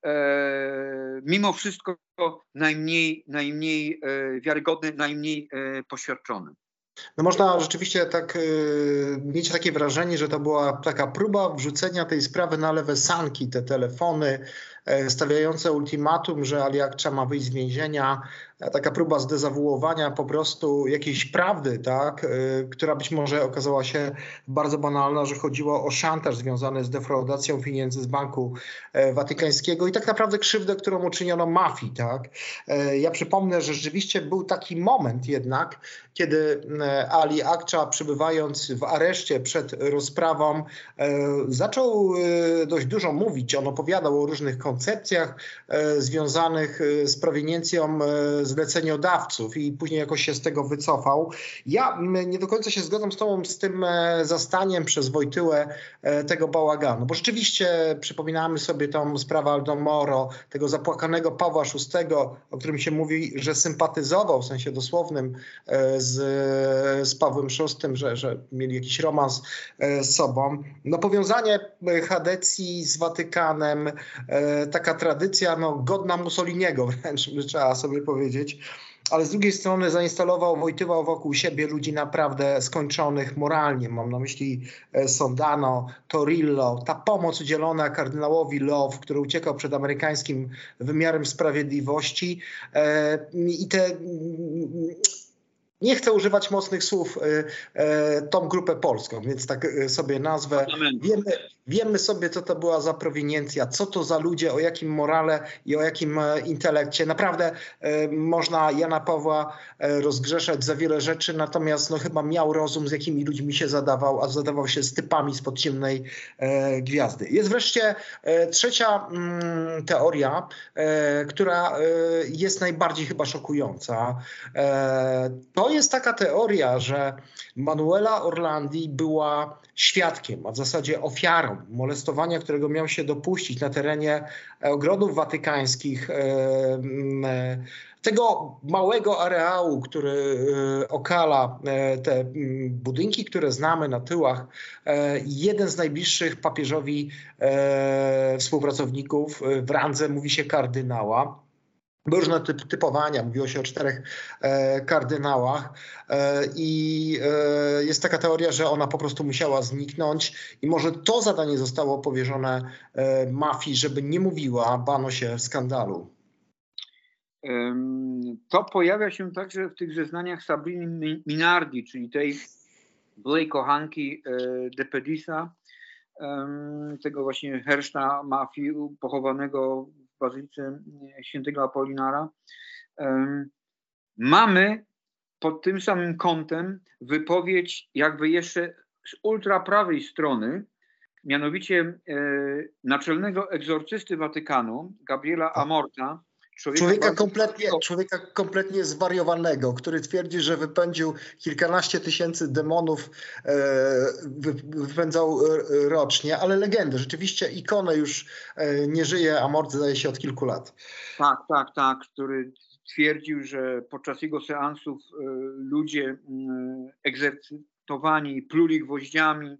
e, mimo wszystko najmniej, najmniej e, wiarygodne, najmniej e, poświadczone. No można rzeczywiście tak y, mieć takie wrażenie, że to była taka próba wrzucenia tej sprawy na lewe sanki, te telefony y, stawiające ultimatum, że Ali Akcza ma wyjść z więzienia, y, taka próba zdezawuowania po prostu jakiejś prawdy, tak, y, która być może okazała się bardzo banalna, że chodziło o szantaż związany z defraudacją pieniędzy z Banku y, Watykańskiego i tak naprawdę krzywdę, którą uczyniono mafii. Tak. Y, ja przypomnę, że rzeczywiście był taki moment jednak, kiedy Ali Akcza, przebywając w areszcie przed rozprawą, zaczął dość dużo mówić. On opowiadał o różnych koncepcjach związanych z proweniencją zleceniodawców i później jakoś się z tego wycofał. Ja nie do końca się zgadzam z tobą z tym zastaniem przez Wojtyłę tego bałaganu, bo rzeczywiście przypominamy sobie tą sprawę Aldo Moro, tego zapłakanego Pawła szóstego, o którym się mówi, że sympatyzował w sensie dosłownym z, z Pawłem szóstym, że, że mieli jakiś romans z sobą. No powiązanie Hadecji z Watykanem, taka tradycja no, godna Mussoliniego wręcz, trzeba sobie powiedzieć. Ale z drugiej strony zainstalował Wojtyła wokół siebie ludzi naprawdę skończonych moralnie. Mam na myśli Sondano, Torillo, ta pomoc udzielona kardynałowi Love, który uciekał przed amerykańskim wymiarem sprawiedliwości i te... Nie chcę używać mocnych słów, tą grupę polską, więc tak sobie nazwę. Wiemy, wiemy sobie, co to była za prowiniencja, co to za ludzie, o jakim morale i o jakim intelekcie. Naprawdę można Jana Pawła rozgrzeszać za wiele rzeczy, natomiast no, chyba miał rozum, z jakimi ludźmi się zadawał, a zadawał się z typami spod ciemnej gwiazdy. Jest wreszcie trzecia teoria, która jest najbardziej chyba szokująca. To jest taka teoria, że Manuela Orlandii była świadkiem, a w zasadzie ofiarą molestowania, którego miał się dopuścić na terenie ogrodów watykańskich, tego małego areału, który okala te budynki, które znamy na tyłach. Jeden z najbliższych papieżowi współpracowników w randze mówi się kardynała. Były różne typ, typowania, mówiło się o czterech e, kardynałach e, i e, jest taka teoria, że ona po prostu musiała zniknąć i może to zadanie zostało powierzone e, mafii, żeby nie mówiła, bano się skandalu. To pojawia się także w tych zeznaniach Sabriny Minardi, czyli tej byłej kochanki De Pedisa, tego właśnie herszta mafii pochowanego w bazylice świętego Apolinara. Mamy pod tym samym kątem wypowiedź jakby jeszcze z ultraprawej strony, mianowicie naczelnego egzorcysty Watykanu, Gabriela Amorta, Człowieka, człowieka, kompletnie, człowieka kompletnie zwariowanego, który twierdzi, że wypędził kilkanaście tysięcy demonów, e, wy, wypędzał rocznie, ale legendę, rzeczywiście ikonę już e, nie żyje, Amort zdaje się od kilku lat. Tak, tak, tak, który twierdził, że podczas jego seansów e, ludzie e, egzercytowani pluli gwoździami,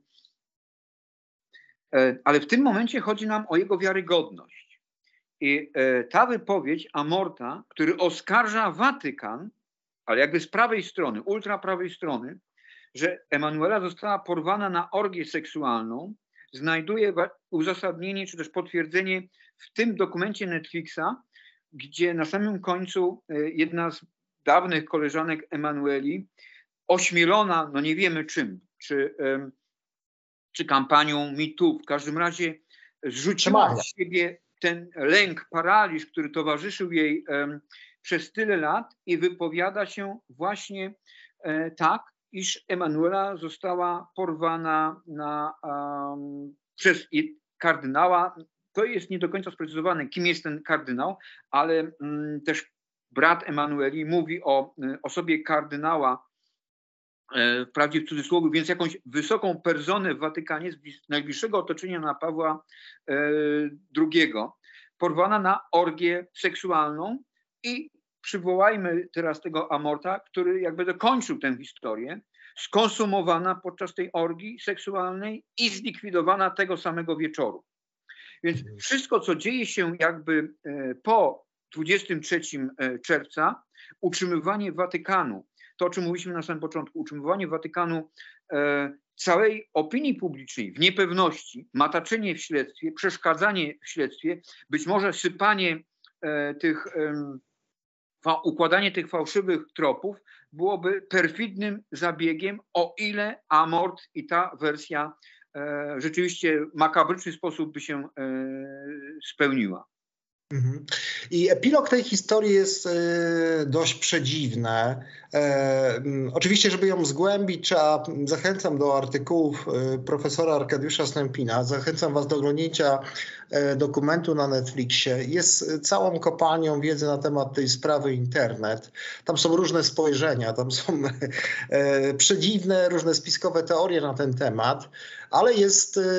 e, ale w tym momencie chodzi nam o jego wiarygodność. I ta wypowiedź Amorta, który oskarża Watykan, ale jakby z prawej strony, ultraprawej strony, że Emanuela została porwana na orgię seksualną, znajduje uzasadnienie czy też potwierdzenie w tym dokumencie Netflixa, gdzie na samym końcu jedna z dawnych koleżanek Emanueli, ośmielona, no nie wiemy czym, czy, czy kampanią Me Too, w każdym razie zrzuciła z siebie ten lęk, paraliż, który towarzyszył jej um, przez tyle lat i wypowiada się właśnie e, tak, iż Emanuela została porwana na, um, przez kardynała. To jest nie do końca sprecyzowane, kim jest ten kardynał, ale um, też brat Emanueli mówi o um, osobie kardynała, e, wprawdzie w cudzysłowie, więc jakąś wysoką personę w Watykanie z najbliższego otoczenia na Pawła e, drugiego, porwana na orgię seksualną i przywołajmy teraz tego Amorta, który jakby dokończył tę historię, skonsumowana podczas tej orgii seksualnej i zlikwidowana tego samego wieczoru. Więc wszystko, co dzieje się jakby po dwudziestego trzeciego czerwca, utrzymywanie Watykanu, to o czym mówiliśmy na samym początku, utrzymywanie Watykanu e, całej opinii publicznej w niepewności, mataczenie w śledztwie, przeszkadzanie w śledztwie, być może sypanie e, tych, e, fa, układanie tych fałszywych tropów byłoby perfidnym zabiegiem, o ile Amort i ta wersja e, rzeczywiście w makabryczny sposób by się e, spełniła. I epilog tej historii jest y, dość przedziwny. E, oczywiście, żeby ją zgłębić, trzeba, zachęcam do artykułów y, profesora Arkadiusza Stępina. Zachęcam was do oglądnięcia y, dokumentu na Netflixie. Jest całą kopalnią wiedzy na temat tej sprawy internet. Tam są różne spojrzenia, tam są y, przedziwne, różne spiskowe teorie na ten temat, ale jest y, y,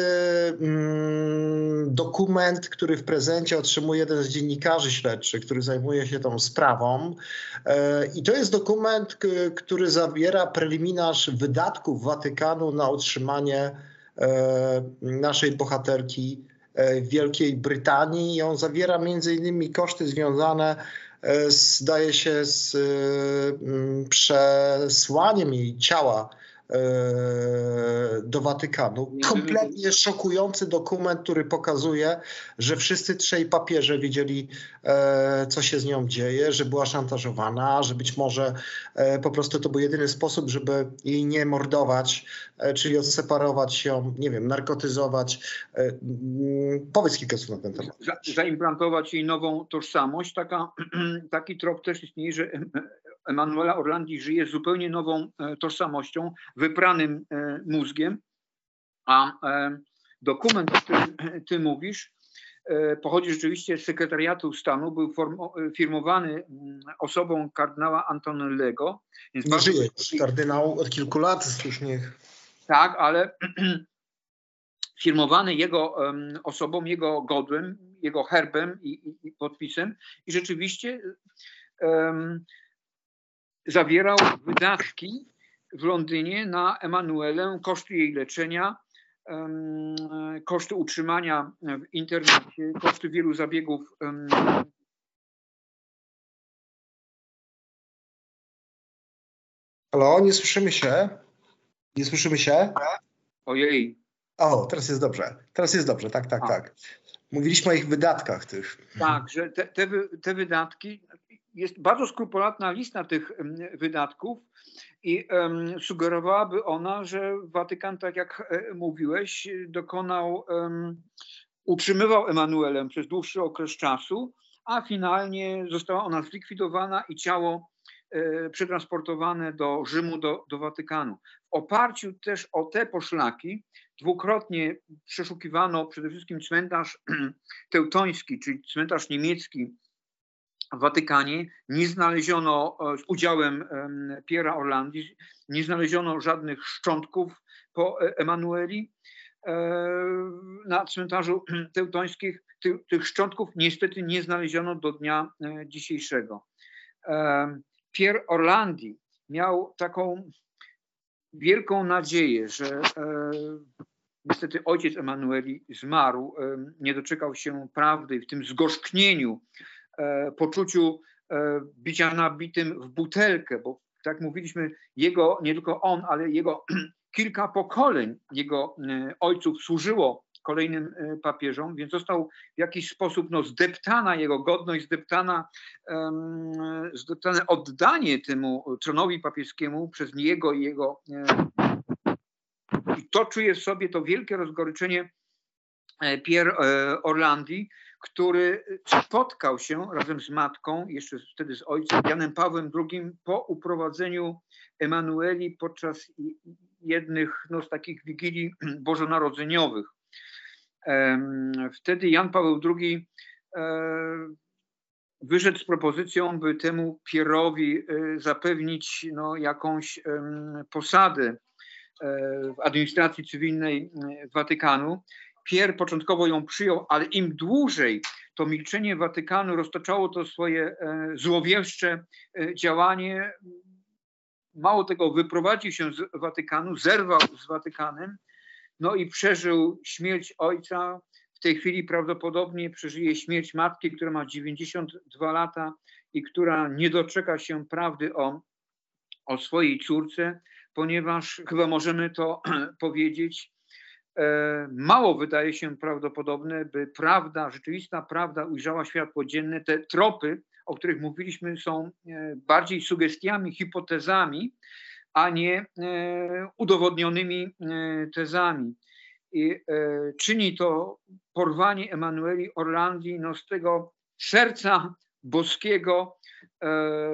dokument, który w prezencie otrzymuje jeden z dziennikarzy śledczych, który zajmuje się tą sprawą. I to jest dokument, który zawiera preliminarz wydatków Watykanu na utrzymanie naszej bohaterki w Wielkiej Brytanii. I on zawiera między innymi koszty związane, zdaje się, z przesłaniem jej ciała do Watykanu. Kompletnie szokujący dokument, który pokazuje, że wszyscy trzej papieże wiedzieli, co się z nią dzieje, że była szantażowana, że być może po prostu to był jedyny sposób, żeby jej nie mordować, czyli odseparować ją, nie wiem, narkotyzować. Powiedz kilka słów na ten temat. Za, zaimplantować jej nową tożsamość. Taka, taki trop też istnieje, że Emanuela Orlandi żyje zupełnie nową tożsamością, wypranym mózgiem, a dokument, o którym ty mówisz, pochodzi rzeczywiście z sekretariatu stanu, był firmowany osobą kardynała Antonellego. Więc nie żyje już kardynał od kilku lat, już nie. Tak, ale firmowany jego osobą, jego godłem, jego herbem i, i, i podpisem i rzeczywiście um, zawierał wydatki w Londynie na Emanuelę, koszty jej leczenia, um, koszty utrzymania w internacie, koszty wielu zabiegów um, Halo, nie słyszymy się? Nie słyszymy się? Ojej. O, teraz jest dobrze. Teraz jest dobrze, tak, tak, A. tak. Mówiliśmy o ich wydatkach tych. Tak, że te, te, te wydatki, jest bardzo skrupulatna lista tych wydatków i um, sugerowałaby ona, że Watykan, tak jak mówiłeś, dokonał, um, utrzymywał Emanuelę przez dłuższy okres czasu, a finalnie została ona zlikwidowana i ciało e, przetransportowane do Rzymu, do, do Watykanu. W oparciu też o te poszlaki dwukrotnie przeszukiwano przede wszystkim cmentarz teutoński, czyli cmentarz niemiecki w Watykanie. Nie znaleziono, z udziałem Piera Orlandi, nie znaleziono żadnych szczątków po Emanueli. Na cmentarzu teutońskich tych, tych szczątków niestety nie znaleziono do dnia dzisiejszego. Pier Orlandi miał taką wielką nadzieję, że e, niestety ojciec Emanueli zmarł, e, nie doczekał się prawdy w tym zgorzknieniu, e, poczuciu e, bicia nabitym w butelkę, bo tak mówiliśmy, jego, nie tylko on, ale jego kilka pokoleń jego e, ojców służyło kolejnym e, papieżom, więc został w jakiś sposób no, zdeptana jego godność, zdeptana, um, zdeptane oddanie temu tronowi papieskiemu przez niego i jego. E, i to czuje w sobie to wielkie rozgoryczenie e, Pier e, Orlandi, który spotkał się razem z matką, jeszcze wtedy z ojcem Janem Pawłem drugim, po uprowadzeniu Emanueli podczas jednych no, z takich wigilii bożonarodzeniowych. Wtedy Jan Paweł drugi wyszedł z propozycją, by temu Pierowi zapewnić no, jakąś posadę w administracji cywilnej Watykanu. Pier początkowo ją przyjął, ale im dłużej to milczenie Watykanu roztaczało to swoje złowieszcze działanie, mało tego, wyprowadził się z Watykanu, zerwał z Watykanem, no i przeżył śmierć ojca. W tej chwili prawdopodobnie przeżyje śmierć matki, która ma dziewięćdziesiąt dwa lata i która nie doczeka się prawdy o, o swojej córce, ponieważ chyba możemy to powiedzieć, e, mało wydaje się prawdopodobne, by prawda, rzeczywista prawda ujrzała światło dzienne. Te tropy, o których mówiliśmy, są e, bardziej sugestiami, hipotezami, a nie e, udowodnionymi e, tezami. I e, czyni to porwanie Emanueli Orlandi no, z tego serca boskiego e,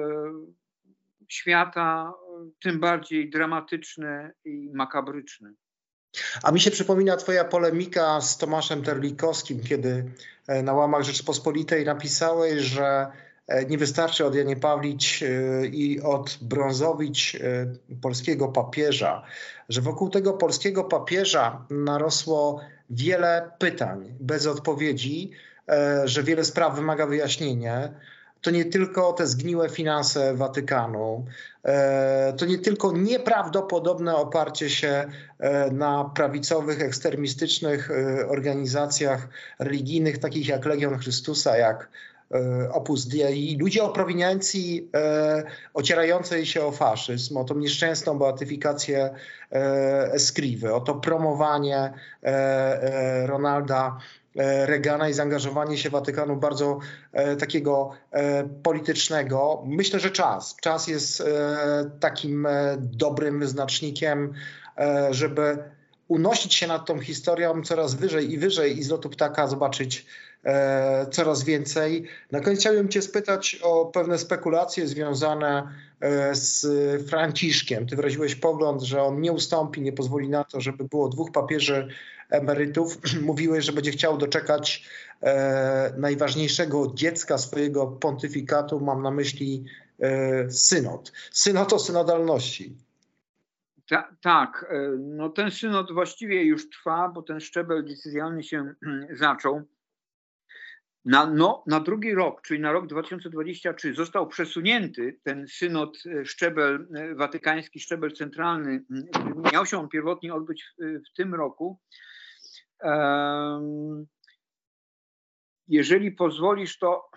świata, tym bardziej dramatyczne i makabryczne. A mi się przypomina twoja polemika z Tomaszem Terlikowskim, kiedy na łamach Rzeczpospolitej napisałeś, że nie wystarczy odjaniepawlić i odbrązowić polskiego papieża, że wokół tego polskiego papieża narosło wiele pytań bez odpowiedzi, że wiele spraw wymaga wyjaśnienia. To nie tylko te zgniłe finanse Watykanu, to nie tylko nieprawdopodobne oparcie się na prawicowych, ekstremistycznych organizacjach religijnych, takich jak Legion Chrystusa, jak Opus Dei, ludzie o prowiniencji e, ocierającej się o faszyzm, o tą nieszczęsną beatyfikację e, Escrivy, o to promowanie e, e, Ronalda Reagana i zaangażowanie się Watykanu bardzo e, takiego e, politycznego. Myślę, że czas. Czas jest e, takim e, dobrym wyznacznikiem, e, żeby unosić się nad tą historią coraz wyżej i wyżej i z lotu ptaka zobaczyć e, coraz więcej. Na koniec chciałbym cię spytać o pewne spekulacje związane e, z Franciszkiem. Ty wyraziłeś pogląd, że on nie ustąpi, nie pozwoli na to, żeby było dwóch papieży emerytów. Mówiłeś, że będzie chciał doczekać e, najważniejszego dziecka swojego pontyfikatu. Mam na myśli e, synod. Synod o synodalności. Ta, tak, no ten synod właściwie już trwa, bo ten szczebel decyzjalny się zaczął. Na, no, na drugi rok, czyli na rok dwa tysiące dwudziesty trzeci został przesunięty ten synod, szczebel watykański, szczebel centralny. Miał się on pierwotnie odbyć w, w tym roku. Um, jeżeli pozwolisz, to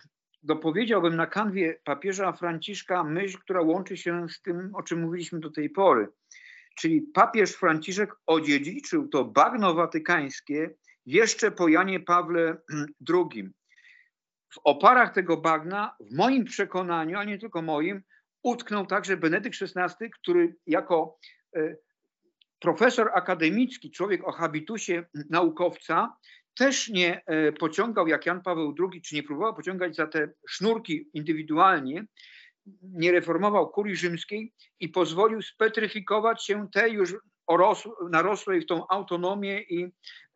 dopowiedziałbym na kanwie papieża Franciszka myśl, która łączy się z tym, o czym mówiliśmy do tej pory. Czyli papież Franciszek odziedziczył to bagno watykańskie jeszcze po Janie Pawle drugim. W oparach tego bagna, w moim przekonaniu, a nie tylko moim, utknął także Benedykt szesnasty, który jako profesor akademicki, człowiek o habitusie naukowca, też nie pociągał jak Jan Paweł drugi, czy nie próbował pociągać za te sznurki indywidualnie, nie reformował kurii rzymskiej i pozwolił spetryfikować się tej już narosłej w tą autonomię i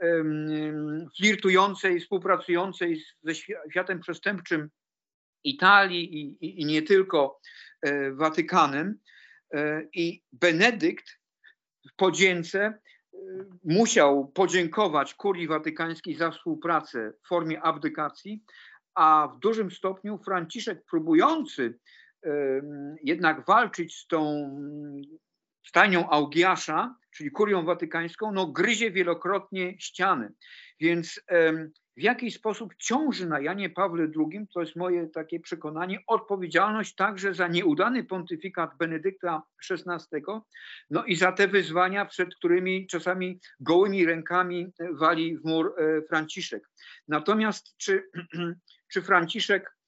um, flirtującej, współpracującej ze światem przestępczym Italii i, i, i nie tylko e, Watykanem. E, I Benedykt w podzięce e, musiał podziękować kurii watykańskiej za współpracę w formie abdykacji, a w dużym stopniu Franciszek, próbujący jednak walczyć z tą stajnią Augiasza, czyli kurią watykańską, no gryzie wielokrotnie ściany. Więc w jakiś sposób ciąży na Janie Pawle drugim, to jest moje takie przekonanie, odpowiedzialność także za nieudany pontyfikat Benedykta szesnastego, no i za te wyzwania, przed którymi czasami gołymi rękami wali w mur Franciszek. Natomiast czy, czy Franciszek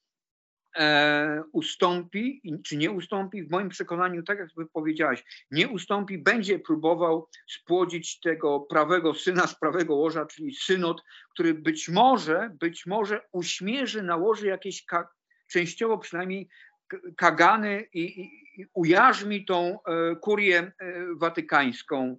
E, ustąpi, czy nie ustąpi? W moim przekonaniu, tak jak powiedziałaś, nie ustąpi, będzie próbował spłodzić tego prawego syna z prawego łoża, czyli synod, który być może, być może uśmierzy, nałoży jakieś, ka, częściowo przynajmniej kagany i, i, i ujarzmi tą e, kurię e, watykańską.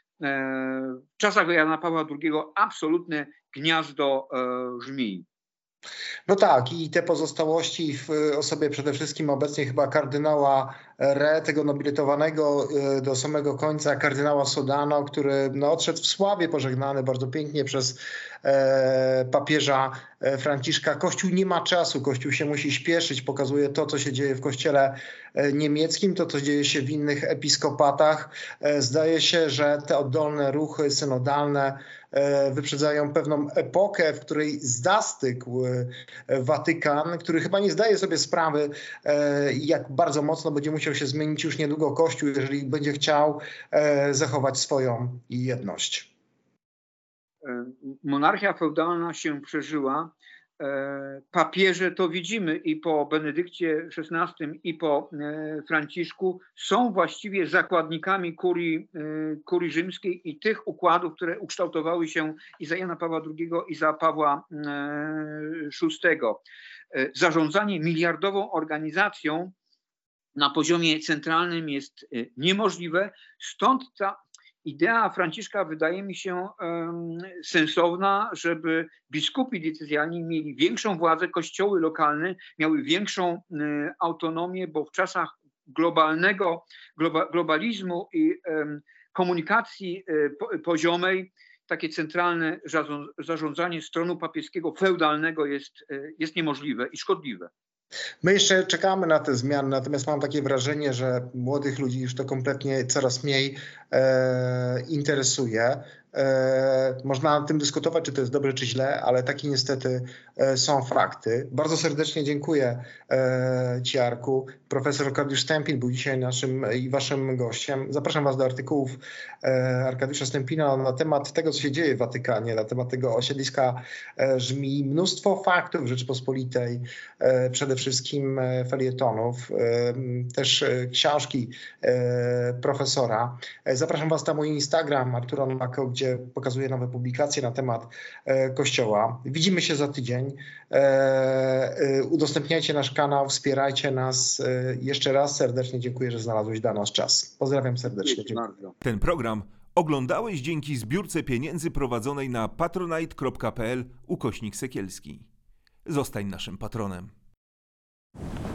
E, w czasach Jana Pawła drugiego absolutne gniazdo e, żmii. No tak, i te pozostałości w osobie przede wszystkim obecnie chyba kardynała Re, tego nobilitowanego do samego końca kardynała Sodano, który no, odszedł w sławie, pożegnany bardzo pięknie przez e, papieża Franciszka. Kościół nie ma czasu, Kościół się musi śpieszyć, pokazuje to, co się dzieje w kościele niemieckim, to, co dzieje się w innych episkopatach. E, zdaje się, że te oddolne ruchy synodalne wyprzedzają pewną epokę, w której zastygł Watykan, który chyba nie zdaje sobie sprawy, jak bardzo mocno będzie musiał się zmienić już niedługo Kościół, jeżeli będzie chciał zachować swoją jedność. Monarchia feudalna się przeżyła. Papieże, to widzimy i po Benedykcie szesnastym i po Franciszku, są właściwie zakładnikami kurii, kurii rzymskiej i tych układów, które ukształtowały się i za Jana Pawła drugiego i za Pawła szóstego. Zarządzanie miliardową organizacją na poziomie centralnym jest niemożliwe, stąd ta idea Franciszka wydaje mi się um, sensowna, żeby biskupi diecezjalni mieli większą władzę, kościoły lokalne miały większą um, autonomię, bo w czasach globalnego globa, globalizmu i um, komunikacji um, po, poziomej takie centralne zarządzanie stronu papieskiego feudalnego jest, um, jest niemożliwe i szkodliwe. My jeszcze czekamy na te zmiany, natomiast mam takie wrażenie, że młodych ludzi już to kompletnie coraz mniej e, interesuje. E, można nad tym dyskutować, czy to jest dobre, czy źle, ale takie niestety e, są fakty. Bardzo serdecznie dziękuję e, Ci, Arku. Profesor Arkadiusz Stępin był dzisiaj naszym i waszym gościem. Zapraszam was do artykułów e, Arkadiusza Stępina na temat tego, co się dzieje w Watykanie, na temat tego osiedliska e, żmii. Mnóstwo faktów Rzeczypospolitej, e, przede wszystkim e, felietonów, e, też e, książki e, profesora. E, zapraszam was na mój Instagram, Arturo Nowako, gdzie pokazuję nowe publikacje na temat e, Kościoła. Widzimy się za tydzień. E, e, udostępniajcie nasz kanał, wspierajcie nas. E, jeszcze raz serdecznie dziękuję, że znalazłeś dla nas czas. Pozdrawiam serdecznie. Dziękuję. Ten program oglądałeś dzięki zbiórce pieniędzy prowadzonej na patronite.pl ukośnik Sekielski. Zostań naszym patronem.